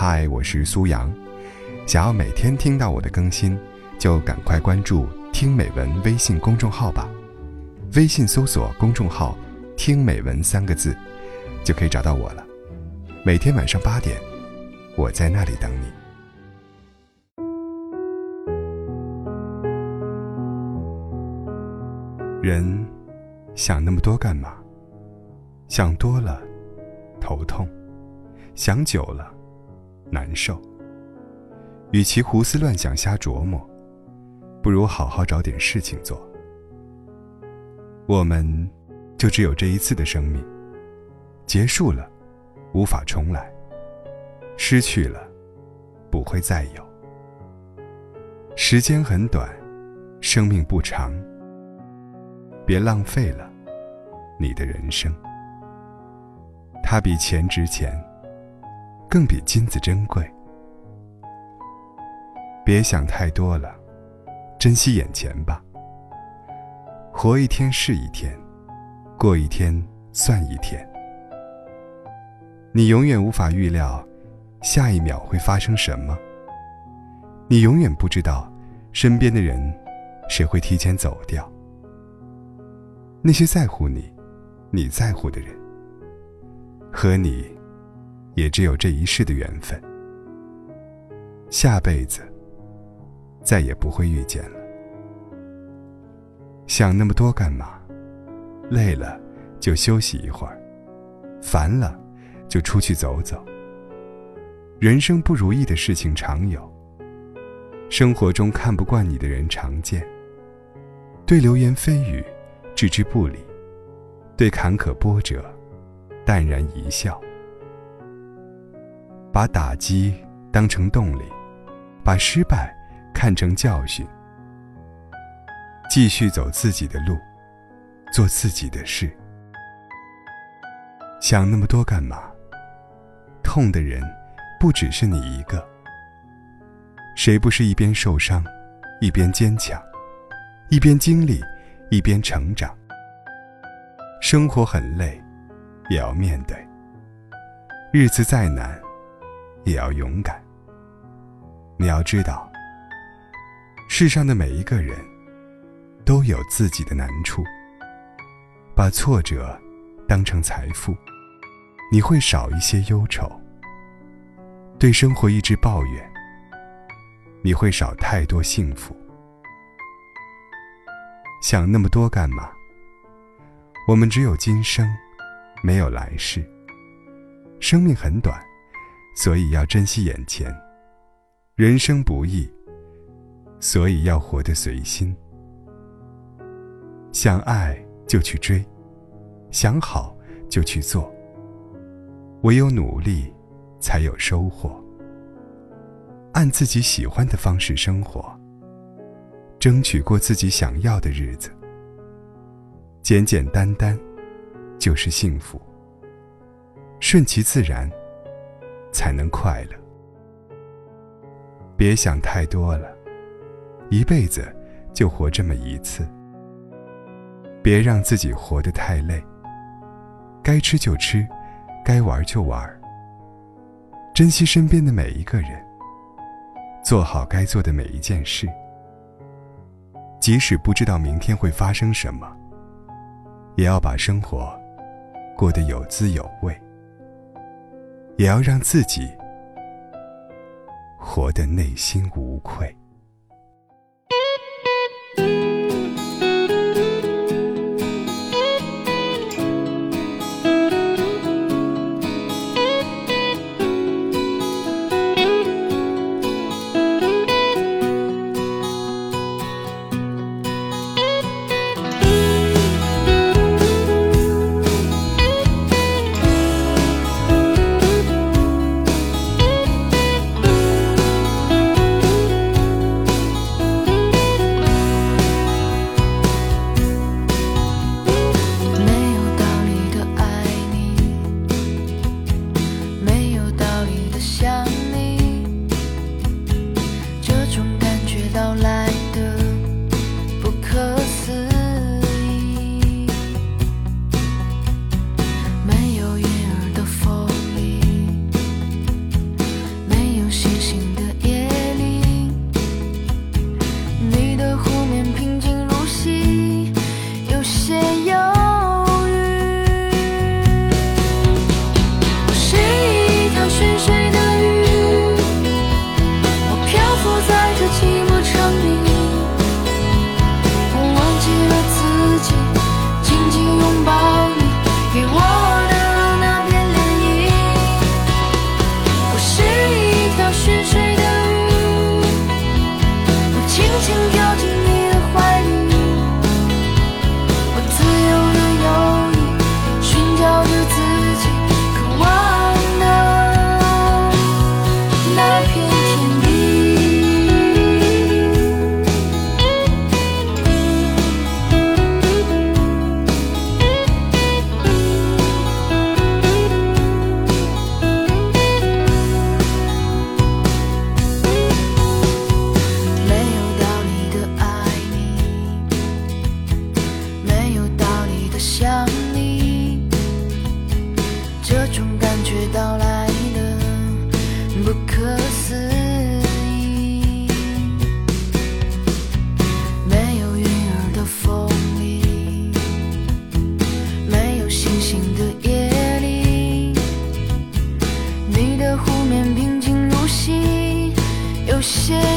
嗨，我是苏阳。想要每天听到我的更新，就赶快关注听美文微信公众号吧。微信搜索公众号听美文3个字，就可以找到我了。每天晚上8点，我在那里等你。人想那么多干嘛？想多了头痛，想久了难受。与其胡思乱想瞎琢磨，不如好好找点事情做。我们就只有这一次的生命，结束了无法重来，失去了不会再有。时间很短，生命不长，别浪费了你的人生。它比钱值钱，更比金子珍贵。别想太多了，珍惜眼前吧。活一天是一天，过一天算一天。你永远无法预料下一秒会发生什么，你永远不知道身边的人谁会提前走掉。那些在乎你，你在乎的人，和你也只有这一世的缘分，下辈子再也不会遇见了。想那么多干嘛？累了就休息一会儿，烦了就出去走走。人生不如意的事情常有，生活中看不惯你的人常见。对流言蜚语置之不理，对坎坷波折淡然一笑。把打击当成动力，把失败看成教训，继续走自己的路，做自己的事。想那么多干嘛？痛的人不只是你一个，谁不是一边受伤一边坚强，一边经历一边成长？生活很累，也要面对；日子再难，也要勇敢。你要知道，世上的每一个人都有自己的难处。把挫折当成财富，你会少一些忧愁。对生活一直抱怨，你会少太多幸福。想那么多干嘛？我们只有今生，没有来世。生命很短，所以要珍惜眼前。人生不易，所以要活得随心。想爱就去追，想好就去做。唯有努力，才有收获。按自己喜欢的方式生活，争取过自己想要的日子。简简单单就是幸福，顺其自然才能快乐。别想太多了，一辈子就活这么一次。别让自己活得太累，该吃就吃，该玩就玩。珍惜身边的每一个人，做好该做的每一件事。即使不知道明天会发生什么，也要把生活过得有滋有味，也要让自己活得内心无愧。 觉到来的不可思议。没有云儿的风里，没有星星的夜里，你的湖面平静如洗，有些